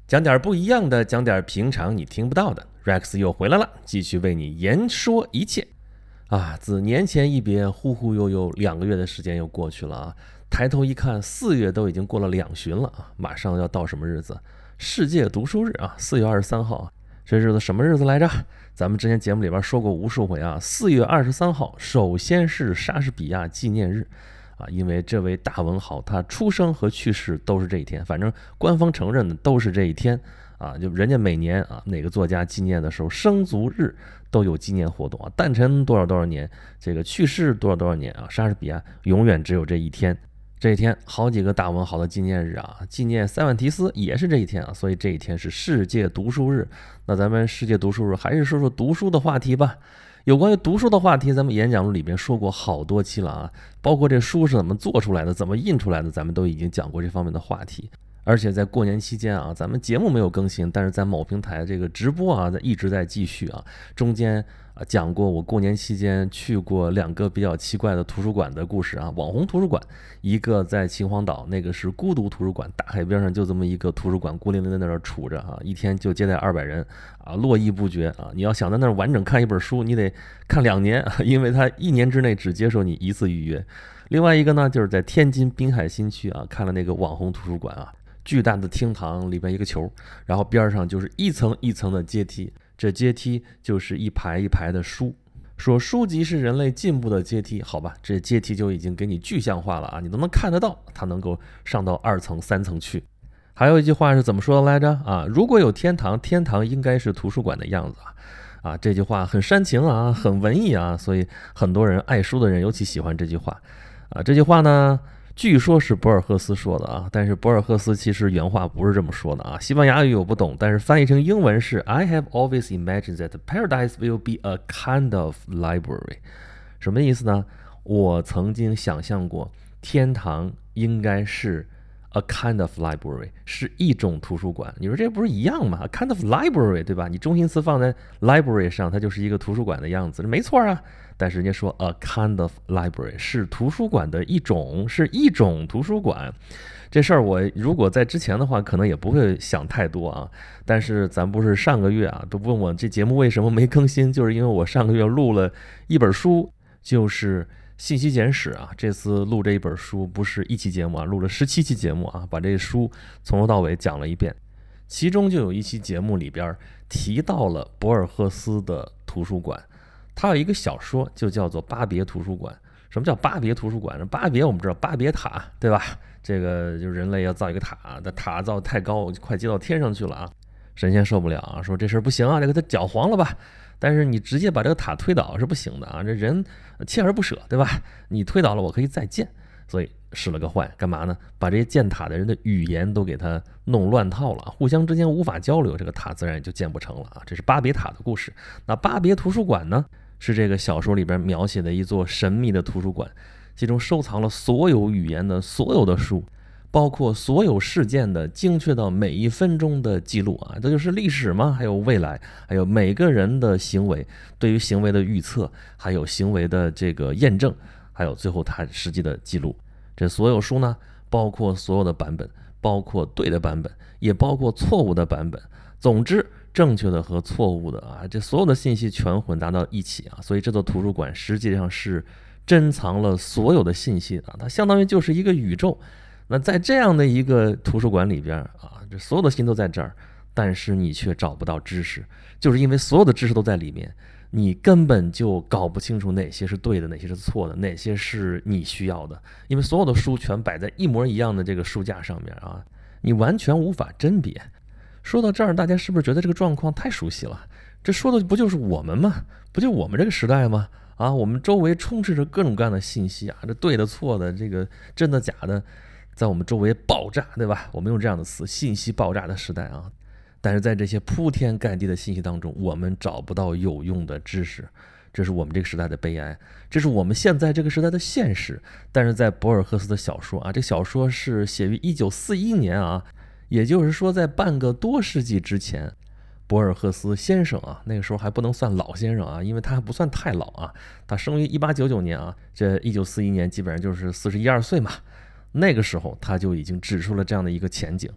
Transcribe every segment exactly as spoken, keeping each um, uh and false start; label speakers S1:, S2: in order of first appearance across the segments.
S1: 讲点不一样的，讲点平常你听不到的。Rex 又回来了，继续为你言说一切。啊，自年前一别，忽忽悠悠两个月的时间又过去了啊。抬头一看，四月都已经过了两旬了啊，马上要到什么日子？世界读书日啊，四月二十三号。这日子什么日子来着？咱们之前节目里边说过无数回啊，四月二十三号首先是莎士比亚纪念日啊，因为这位大文豪他出生和去世都是这一天，反正官方承认的都是这一天啊，就人家每年啊哪个作家纪念的时候生卒日都有纪念活动啊，诞辰多少多少年，这个去世多少多少年啊，莎士比亚永远只有这一天。这一天好几个大文豪的纪念日啊，纪念塞万提斯也是这一天啊，所以这一天是世界读书日。那咱们世界读书日还是说说读书的话题吧。有关于读书的话题，咱们演讲录里边说过好多期了啊，包括这书是怎么做出来的，怎么印出来的，咱们都已经讲过这方面的话题。而且在过年期间啊，咱们节目没有更新，但是在某平台这个直播啊，一直在继续啊。中间啊讲过我过年期间去过两个比较奇怪的图书馆的故事啊，网红图书馆，一个在秦皇岛，那个是孤独图书馆，大海边上就这么一个图书馆，孤零零的在那儿杵着啊，一天就接待二百人啊，络绎不绝啊。你要想在那儿完整看一本书，你得看两年啊，因为它一年之内只接受你一次预约。另外一个呢，就是在天津滨海新区啊，看了那个网红图书馆啊。巨大的厅堂里边一个球，然后边上就是一层一层的阶梯，这阶梯就是一排一排的书。说书籍是人类进步的阶梯，好吧，这阶梯就已经给你具象化了啊，你都能看得到，它能够上到二层三层去。还有一句话是怎么说的来着啊？如果有天堂，天堂应该是图书馆的样子啊。啊，这句话很煽情啊，很文艺啊，所以很多人爱书的人尤其喜欢这句话啊。这句话呢，据说是博尔赫斯说的啊，但是博尔赫斯其实原话不是这么说的啊。西班牙语我不懂，但是翻译成英文是 I have always imagined that paradise will be a kind of library。 什么意思呢？我曾经想象过天堂应该是 a kind of library， 是一种图书馆。你说这不是一样吗？ a kind of library， 对吧？你中心词放在 library 上，它就是一个图书馆的样子，没错啊。但是人家说 a kind of library 是图书馆的一种，是一种图书馆。这事儿我如果在之前的话可能也不会想太多啊，但是咱不是上个月啊都问我这节目为什么没更新，就是因为我上个月录了一本书，就是信息简史啊。这次录这一本书不是一期节目啊，录了十七期节目啊，把这书从头到尾讲了一遍。其中就有一期节目里边提到了博尔赫斯的图书馆，他有一个小说就叫做巴别图书馆。什么叫巴别图书馆？巴别我们知道巴别塔，对吧？这个就是人类要造一个塔，但塔造太高，快接到天上去了啊！神仙受不了啊，说这事儿不行啊，这个他搅黄了吧？但是你直接把这个塔推倒是不行的啊，这人锲而不舍，对吧？你推倒了我可以再建，所以使了个坏，干嘛呢？把这些建塔的人的语言都给他弄乱套了，互相之间无法交流，这个塔自然也就建不成了啊。这是巴别塔的故事。那巴别图书馆呢，是这个小说里边描写的一座神秘的图书馆，其中收藏了所有语言的所有的书，包括所有事件的精确到每一分钟的记录啊，这就是历史嘛，还有未来，还有每个人的行为，对于行为的预测，还有行为的这个验证，还有最后他实际的记录。这所有书呢，包括所有的版本，包括对的版本，也包括错误的版本。总之，正确的和错误的啊，这所有的信息全混杂到一起啊，所以这座图书馆实际上是珍藏了所有的信息啊，它相当于就是一个宇宙。那在这样的一个图书馆里边啊，这所有的信都在这儿，但是你却找不到知识，就是因为所有的知识都在里面，你根本就搞不清楚哪些是对的，哪些是错的，哪些是你需要的，因为所有的书全摆在一模一样的这个书架上面啊，你完全无法甄别。说到这儿，大家是不是觉得这个状况太熟悉了？这说的不就是我们吗？不就我们这个时代吗？啊，我们周围充斥着各种各样的信息啊，这对的错的，这个真的假的，在我们周围爆炸，对吧？我们用这样的词，信息爆炸的时代啊。但是在这些铺天盖地的信息当中，我们找不到有用的知识，这是我们这个时代的悲哀，这是我们现在这个时代的现实。但是在博尔赫斯的小说啊，这小说是写于一九四一年啊，也就是说在半个多世纪之前，博尔赫斯先生啊，那个时候还不能算老先生啊，因为他还不算太老啊，他生于一八九九年啊，这一九四一年基本上就是四十一二岁嘛。那个时候他就已经指出了这样的一个前景，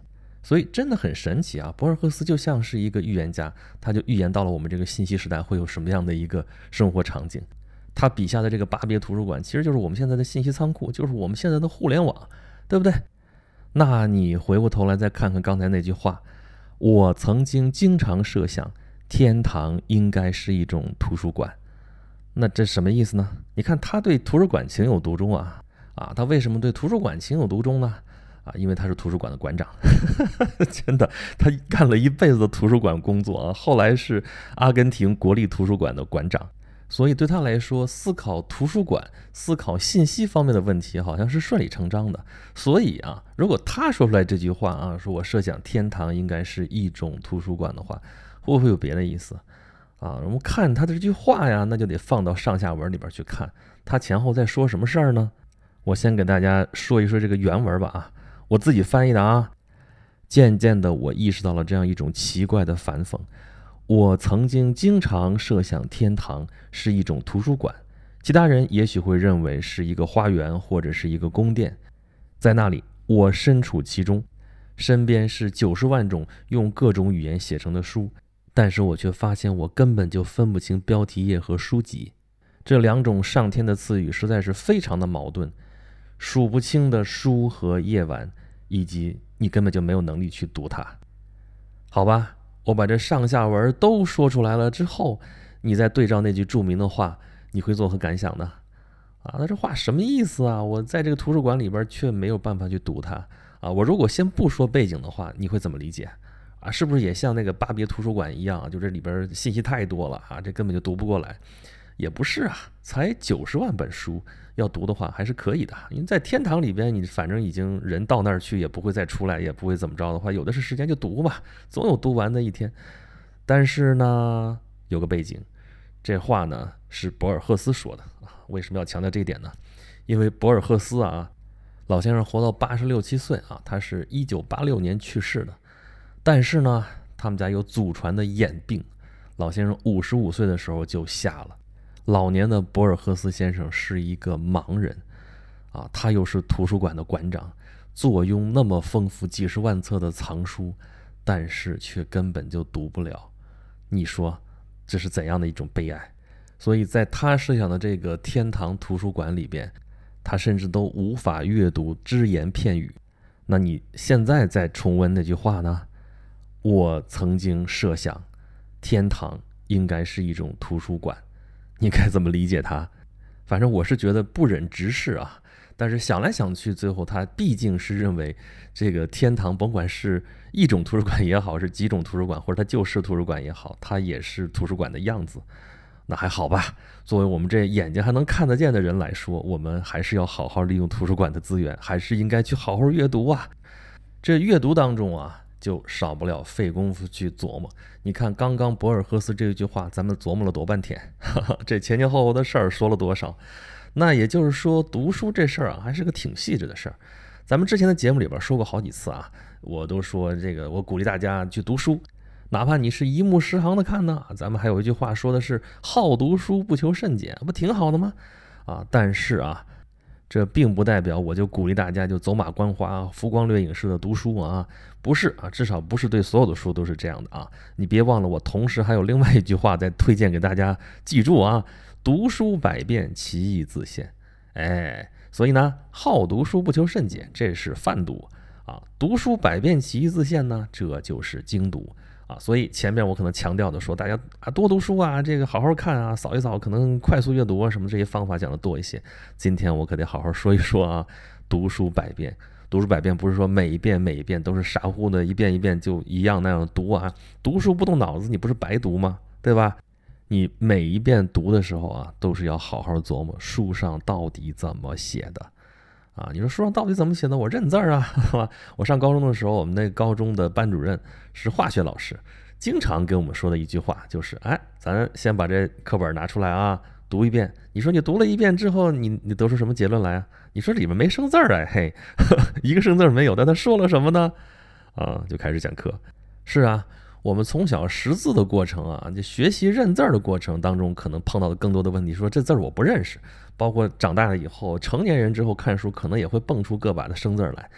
S1: 所以真的很神奇啊！博尔赫斯就像是一个预言家，他就预言到了我们这个信息时代会有什么样的一个生活场景。他笔下的这个巴别图书馆，其实就是我们现在的信息仓库，就是我们现在的互联网，对不对？那你回过头来再看看刚才那句话，我曾经经常设想，天堂应该是一种图书馆。那这什么意思呢？你看他对图书馆情有独钟啊啊！他为什么对图书馆情有独钟呢？啊，因为他是图书馆的馆长，真的，他干了一辈子的图书馆工作啊，后来是阿根廷国立图书馆的馆长，所以对他来说，思考图书馆、思考信息方面的问题，好像是顺理成章的。所以啊，如果他说出来这句话啊，说我设想天堂应该是一种图书馆的话，会不会有别的意思啊？我们看他的这句话呀，那就得放到上下文里边去看，他前后在说什么事儿呢？我先给大家说一说这个原文吧啊。我自己翻译的啊。渐渐的，我意识到了这样一种奇怪的反讽。我曾经经常设想天堂是一种图书馆，其他人也许会认为是一个花园或者是一个宫殿。在那里，我身处其中，身边是九十万种用各种语言写成的书，但是我却发现我根本就分不清标题页和书籍。这两种上天的赐予实在是非常的矛盾。数不清的书和夜晚，以及你根本就没有能力去读它。好吧，我把这上下文都说出来了之后，你再对照那句著名的话，你会作何感想呢？啊，那这话什么意思啊？我在这个图书馆里边却没有办法去读它啊！我如果先不说背景的话，你会怎么理解？啊，是不是也像那个巴别图书馆一样，就这里边信息太多了啊，这根本就读不过来？也不是啊，才九十万本书，要读的话还是可以的。因为在天堂里边，你反正已经人到那儿去，也不会再出来，也不会怎么着的话，有的是时间就读吧，总有读完的一天。但是呢，有个背景，这话呢是博尔赫斯说的啊。为什么要强调这一点呢？因为博尔赫斯啊，老先生活到八十六七岁啊，他是一九八六年去世的。但是呢，他们家有祖传的眼病，老先生五十五岁的时候就瞎了。老年的博尔赫斯先生是一个盲人啊，他又是图书馆的馆长，坐拥那么丰富几十万册的藏书，但是却根本就读不了。你说这是怎样的一种悲哀？所以在他设想的这个天堂图书馆里边，他甚至都无法阅读只言片语。那你现在再重温那句话呢？我曾经设想天堂应该是一种图书馆，你该怎么理解它？反正我是觉得不忍直视啊，但是想来想去，最后他毕竟是认为这个天堂甭管是一种图书馆也好，是几种图书馆，或者它就是图书馆也好，它也是图书馆的样子。那还好吧，作为我们这眼睛还能看得见的人来说，我们还是要好好利用图书馆的资源，还是应该去好好阅读啊。这阅读当中啊，就少不了费功夫去琢磨。你看刚刚博尔赫斯这句话，咱们琢磨了多半天，哈哈，这前前后后的事儿说了多少？那也就是说，读书这事儿啊，还是个挺细致的事儿。咱们之前的节目里边说过好几次啊，我都说这个，我鼓励大家去读书，哪怕你是一目十行的看呢。咱们还有一句话说的是好读书不求甚解，不挺好的吗？啊，但是啊，这并不代表我就鼓励大家就走马观花、浮光掠影式的读书啊，不是啊，至少不是对所有的书都是这样的啊。你别忘了，我同时还有另外一句话在推荐给大家，记住啊，读书百遍，其义自现。哎，所以呢，好读书不求甚解，这是泛读啊；读书百遍，其义自现呢，这就是精读啊。所以前面我可能强调的说，大家啊多读书啊，这个好好看啊，扫一扫，可能快速阅读啊什么这些方法讲的多一些。今天我可得好好说一说啊，读书百遍。读书百遍不是说每一遍每一遍都是傻乎的一遍一遍就一样那样读啊，读书不动脑子，你不是白读吗？对吧？你每一遍读的时候啊，都是要好好琢磨书上到底怎么写的啊。你说书上到底怎么写的？我认字儿啊。我上高中的时候，我们那高中的班主任是化学老师，经常跟我们说的一句话就是：哎，咱先把这课本拿出来啊，读一遍。你说你读了一遍之后，你你得出什么结论来啊？你说里面没生字儿哎，嘿，呵呵，一个生字没有，但他说了什么呢？啊，就开始讲课。是啊。我们从小识字的过程啊，就学习认字的过程当中，可能碰到的更多的问题，说这字我不认识。包括长大了以后，成年人之后看书，可能也会蹦出个把的生字来。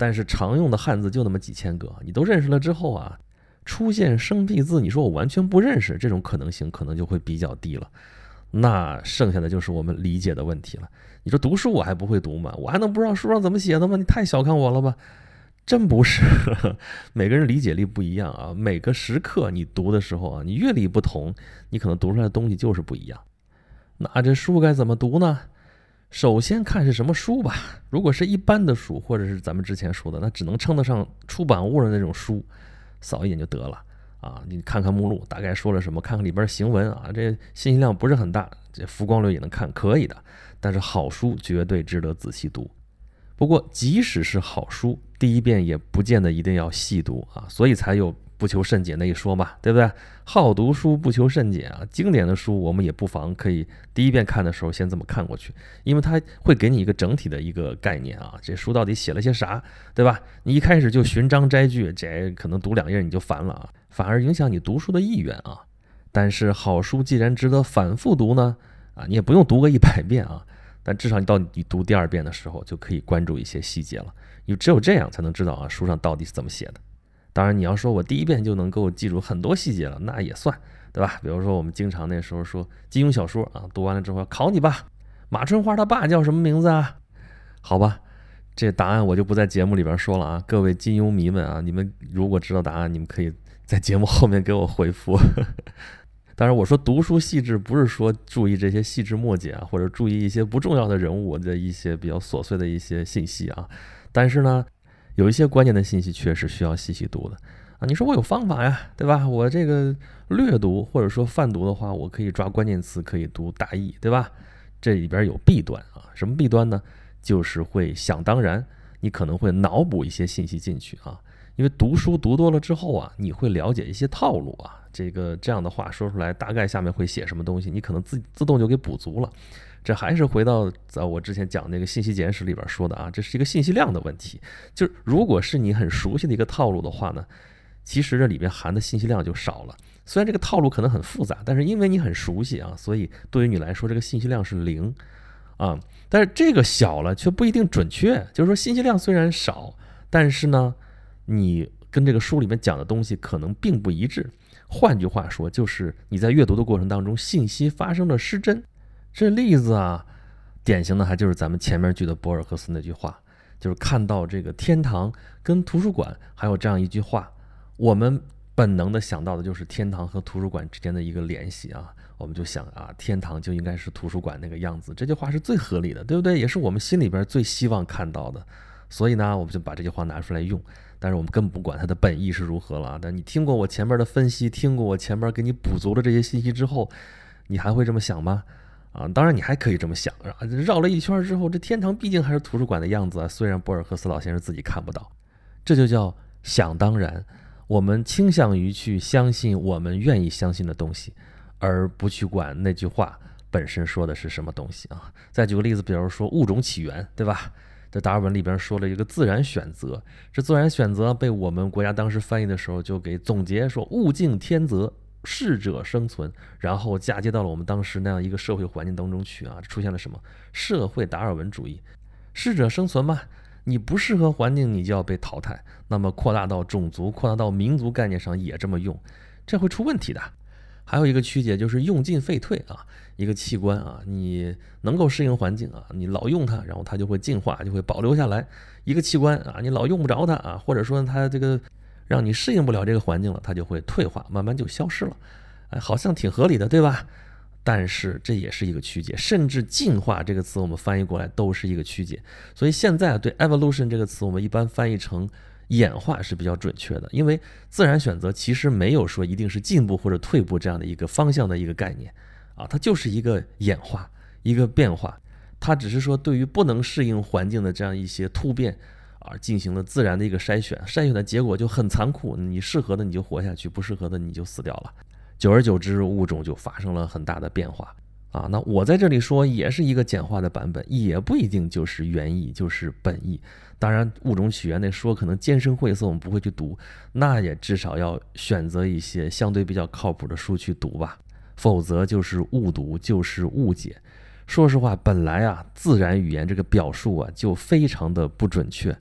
S1: 但是常用的汉字就那么几千个，你都认识了之后啊，出现生僻字，你说我完全不认识，这种可能性可能就会比较低了。那剩下的就是我们理解的问题了。你说读书我还不会读吗？我还能不知道书上怎么写的吗？你太小看我了吧？真不是，每个人理解力不一样啊。每个时刻你读的时候啊，你阅历不同，你可能读出来的东西就是不一样。那这书该怎么读呢？首先看是什么书吧。如果是一般的书，或者是咱们之前说的，那只能称得上出版物的那种书，扫一眼就得了啊。你看看目录，大概说了什么，看看里边行文啊，这信息量不是很大，这浮光掠影的看可以的。但是好书绝对值得仔细读。不过即使是好书，第一遍也不见得一定要细读啊，所以才有不求甚解那一说嘛，对不对？好读书不求甚解啊，经典的书我们也不妨可以第一遍看的时候先这么看过去，因为它会给你一个整体的一个概念啊，这书到底写了些啥，对吧？你一开始就寻章摘句，这可能读两页你就烦了啊，反而影响你读书的意愿啊。但是好书既然值得反复读呢，啊，你也不用读个一百遍啊。但至少你到你读第二遍的时候，就可以关注一些细节了，因为只有这样才能知道啊书上到底是怎么写的。当然，你要说我第一遍就能够记住很多细节了，那也算，对吧？比如说我们经常那时候说金庸小说啊，读完了之后要考你吧，马春花他爸叫什么名字啊？好吧，这答案我就不在节目里边说了啊。各位金庸迷们啊，你们如果知道答案，你们可以在节目后面给我回复。当然我说读书细致不是说注意这些细枝末节啊，或者注意一些不重要的人物的一些比较琐碎的一些信息啊，但是呢有一些关键的信息确实需要细细读的啊。你说我有方法呀，对吧？我这个略读或者说泛读的话，我可以抓关键词，可以读大意，对吧？这里边有弊端啊。什么弊端呢？就是会想当然，你可能会脑补一些信息进去啊。因为读书读多了之后啊，你会了解一些套路啊，这个这样的话说出来，大概下面会写什么东西，你可能自自动就给补足了。这还是回到在我之前讲那个信息简史里边说的啊，这是一个信息量的问题。就是如果是你很熟悉的一个套路的话呢，其实这里边含的信息量就少了。虽然这个套路可能很复杂，但是因为你很熟悉啊，所以对于你来说这个信息量是零啊。但是这个小了却不一定准确，就是说信息量虽然少，但是呢你跟这个书里面讲的东西可能并不一致。换句话说，就是你在阅读的过程当中，信息发生了失真。这例子啊，典型的还就是咱们前面举的博尔赫斯那句话，就是看到这个天堂跟图书馆还有这样一句话，我们本能的想到的就是天堂和图书馆之间的一个联系啊，我们就想啊，天堂就应该是图书馆那个样子，这句话是最合理的，对不对？也是我们心里边最希望看到的。所以呢，我们就把这句话拿出来用，但是我们根本不管它的本意是如何了啊。但你听过我前面的分析，听过我前面给你补足了这些信息之后，你还会这么想吗？啊，当然你还可以这么想，绕了一圈之后，这天堂毕竟还是图书馆的样子啊，虽然博尔赫斯老先生自己看不到，这就叫想当然。我们倾向于去相信我们愿意相信的东西，而不去管那句话本身说的是什么东西啊。再举个例子，比如说物种起源，对吧？这达尔文里边说了一个自然选择，这自然选择被我们国家当时翻译的时候就给总结说物竞天择，适者生存，然后嫁接到了我们当时那样一个社会环境当中去啊，出现了什么社会达尔文主义，适者生存嘛，你不适合环境你就要被淘汰，那么扩大到种族扩大到民族概念上也这么用，这会出问题的。还有一个曲解就是用进废退啊，一个器官啊，你能够适应环境啊，你老用它，然后它就会进化，就会保留下来。一个器官啊，你老用不着它啊，或者说它这个让你适应不了这个环境了，它就会退化，慢慢就消失了。哎，好像挺合理的，对吧？但是这也是一个曲解，甚至进化这个词我们翻译过来都是一个曲解。所以现在对 evolution 这个词我们一般翻译成演化是比较准确的，因为自然选择其实没有说一定是进步或者退步这样的一个方向的一个概念啊，它就是一个演化，一个变化，它只是说对于不能适应环境的这样一些突变啊，进行了自然的一个筛选，筛选的结果就很残酷，你适合的你就活下去，不适合的你就死掉了，久而久之物种就发生了很大的变化啊。那我在这里说也是一个简化的版本，也不一定就是原意就是本意。当然物种起源那说可能艰深晦涩我们不会去读，那也至少要选择一些相对比较靠谱的书去读吧，否则就是误读就是误解。说实话本来啊自然语言这个表述啊就非常的不准确，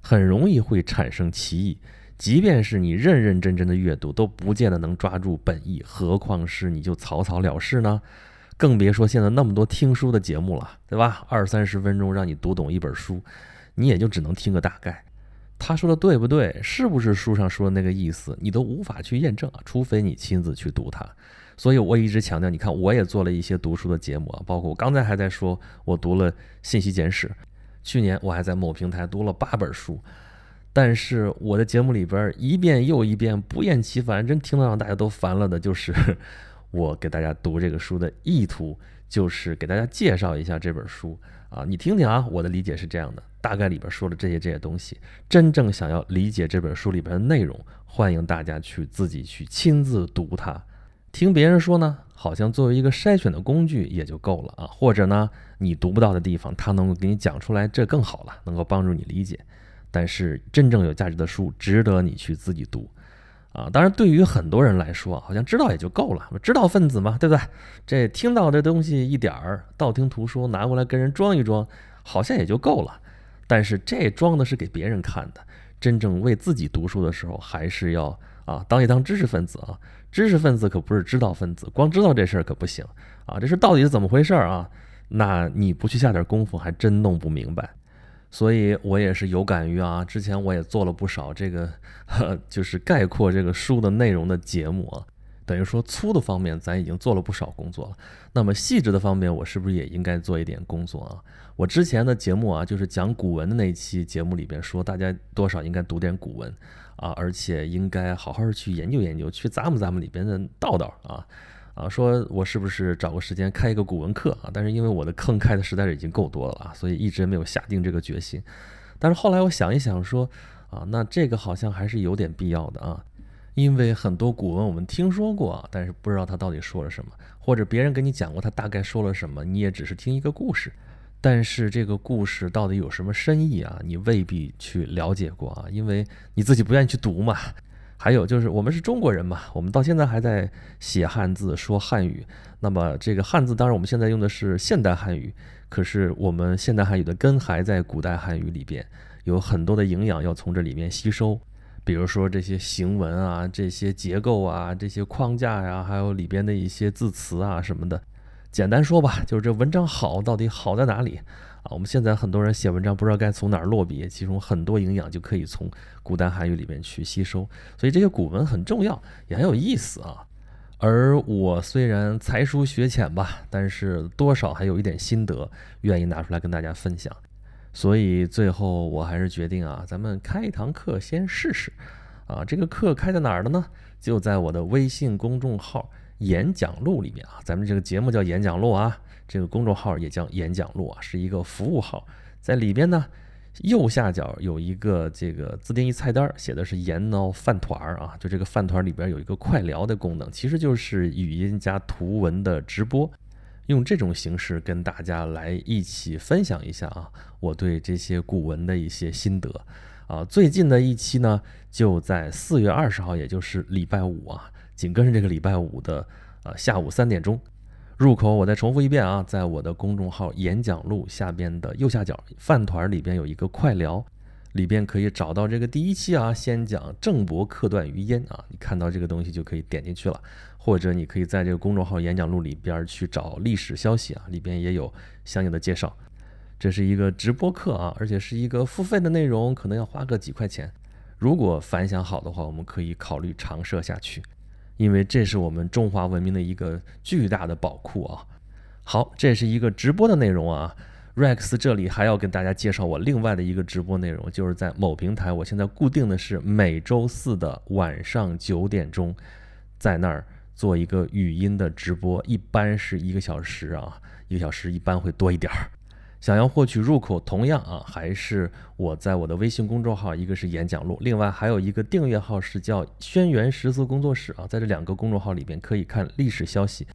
S1: 很容易会产生歧义。即便是你认认真真的阅读，都不见得能抓住本意，何况是你就草草了事呢？更别说现在那么多听书的节目了，对吧？二三十分钟让你读懂一本书，你也就只能听个大概。他说的对不对，是不是书上说的那个意思，你都无法去验证啊，除非你亲自去读它。所以我一直强调，你看我也做了一些读书的节目啊，包括我刚才还在说我读了《信息简史》，去年我还在某平台读了八本书。但是我的节目里边一遍又一遍不厌其烦，真听到让大家都烦了的，就是我给大家读这个书的意图，就是给大家介绍一下这本书啊，你听听啊，我的理解是这样的，大概里边说了这些这些东西。真正想要理解这本书里边的内容，欢迎大家去自己去亲自读它。听别人说呢，好像作为一个筛选的工具也就够了啊，或者呢，你读不到的地方，他能够给你讲出来，这更好了，能够帮助你理解。但是真正有价值的书，值得你去自己读啊！当然，对于很多人来说，好像知道也就够了，知道分子嘛，对不对？这听到的东西一点儿，道听途说，拿过来跟人装一装，好像也就够了。但是这装的是给别人看的，真正为自己读书的时候，还是要啊当一当知识分子啊！知识分子可不是知道分子，光知道这事儿可不行啊！这事到底是怎么回事啊？那你不去下点功夫，还真弄不明白。所以我也是有感于啊，之前我也做了不少这个呵就是概括这个书的内容的节目啊，等于说粗的方面咱已经做了不少工作了，那么细致的方面我是不是也应该做一点工作啊？我之前的节目啊，就是讲古文的那期节目里边说，大家多少应该读点古文啊，而且应该好好去研究研究，去咂摸咂摸里边的道道啊。啊，说我是不是找个时间开一个古文课啊？但是因为我的坑开的实在是已经够多了啊，所以一直没有下定这个决心。但是后来我想一想说，啊，那这个好像还是有点必要的啊，因为很多古文我们听说过，但是不知道他到底说了什么，或者别人跟你讲过他大概说了什么，你也只是听一个故事，但是这个故事到底有什么深意啊？你未必去了解过啊，因为你自己不愿意去读嘛。还有就是我们是中国人嘛，我们到现在还在写汉字说汉语，那么这个汉字当然我们现在用的是现代汉语，可是我们现代汉语的根还在古代汉语里边，有很多的营养要从这里面吸收，比如说这些行文啊，这些结构啊，这些框架呀、啊，还有里边的一些字词啊什么的。简单说吧，就是这文章好到底好在哪里啊？我们现在很多人写文章不知道该从哪儿落笔，其中很多营养就可以从古代汉语里面去吸收，所以这些古文很重要，也很有意思啊。而我虽然才疏学浅吧，但是多少还有一点心得，愿意拿出来跟大家分享。所以最后我还是决定啊，咱们开一堂课先试试啊。这个课开在哪儿的呢？就在我的微信公众号演讲录里面啊，咱们这个节目叫演讲录啊，这个公众号也叫演讲录啊，是一个服务号，在里边呢右下角有一个这个自定义菜单，写的是研脑饭团啊，就这个饭团里边有一个快聊的功能，其实就是语音加图文的直播，用这种形式跟大家来一起分享一下啊，我对这些古文的一些心得啊。最近的一期呢，就在四月二十号，也就是礼拜五啊，紧跟着这个礼拜五的呃下午三点钟，入口我再重复一遍啊，在我的公众号演讲录下边的右下角饭团里边有一个快聊，里边可以找到这个第一期啊，先讲郑伯克段于鄢啊，你看到这个东西就可以点进去了，或者你可以在这个公众号演讲录里边去找历史消息啊，里边也有相应的介绍。这是一个直播课啊，而且是一个付费的内容，可能要花个几块钱，如果反响好的话，我们可以考虑长设下去，因为这是我们中华文明的一个巨大的宝库啊。好，这是一个直播的内容啊。Rex 这里还要跟大家介绍我另外的一个直播内容，就是在某平台，我现在固定的是每周四的晚上九点钟，在那儿做一个语音的直播，一般是一个小时啊，一个小时一般会多一点儿。想要获取入口，同样啊，还是我在我的微信公众号，一个是演讲录，另外还有一个订阅号是叫轩辕十四工作室啊，在这两个公众号里边可以看历史消息，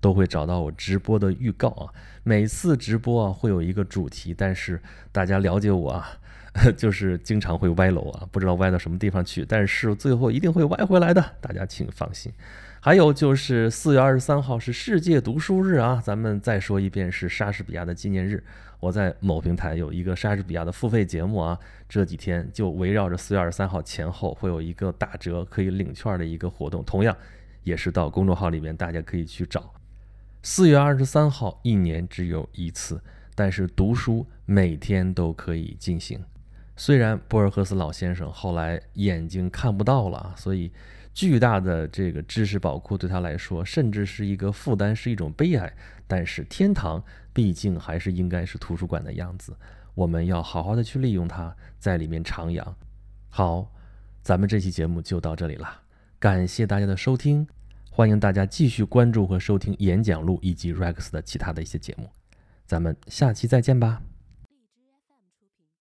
S1: 都会找到我直播的预告啊。每次直播啊会有一个主题，但是大家了解我啊，就是经常会歪楼啊，不知道歪到什么地方去，但是最后一定会歪回来的，大家请放心。还有就是四月二十三号是世界读书日啊，咱们再说一遍是莎士比亚的纪念日。我在某平台有一个莎士比亚的付费节目啊，这几天就围绕着四月二十三号前后会有一个打折可以领券的一个活动，同样也是到公众号里面大家可以去找。四月二十三号一年只有一次，但是读书每天都可以进行。虽然博尔赫斯老先生后来眼睛看不到了，所以巨大的这个知识宝库对他来说甚至是一个负担，是一种悲哀。但是天堂毕竟还是应该是图书馆的样子，我们要好好的去利用它，在里面徜徉。好，咱们这期节目就到这里了，感谢大家的收听，欢迎大家继续关注和收听演讲录以及 Rex 的其他的一些节目，咱们下期再见吧。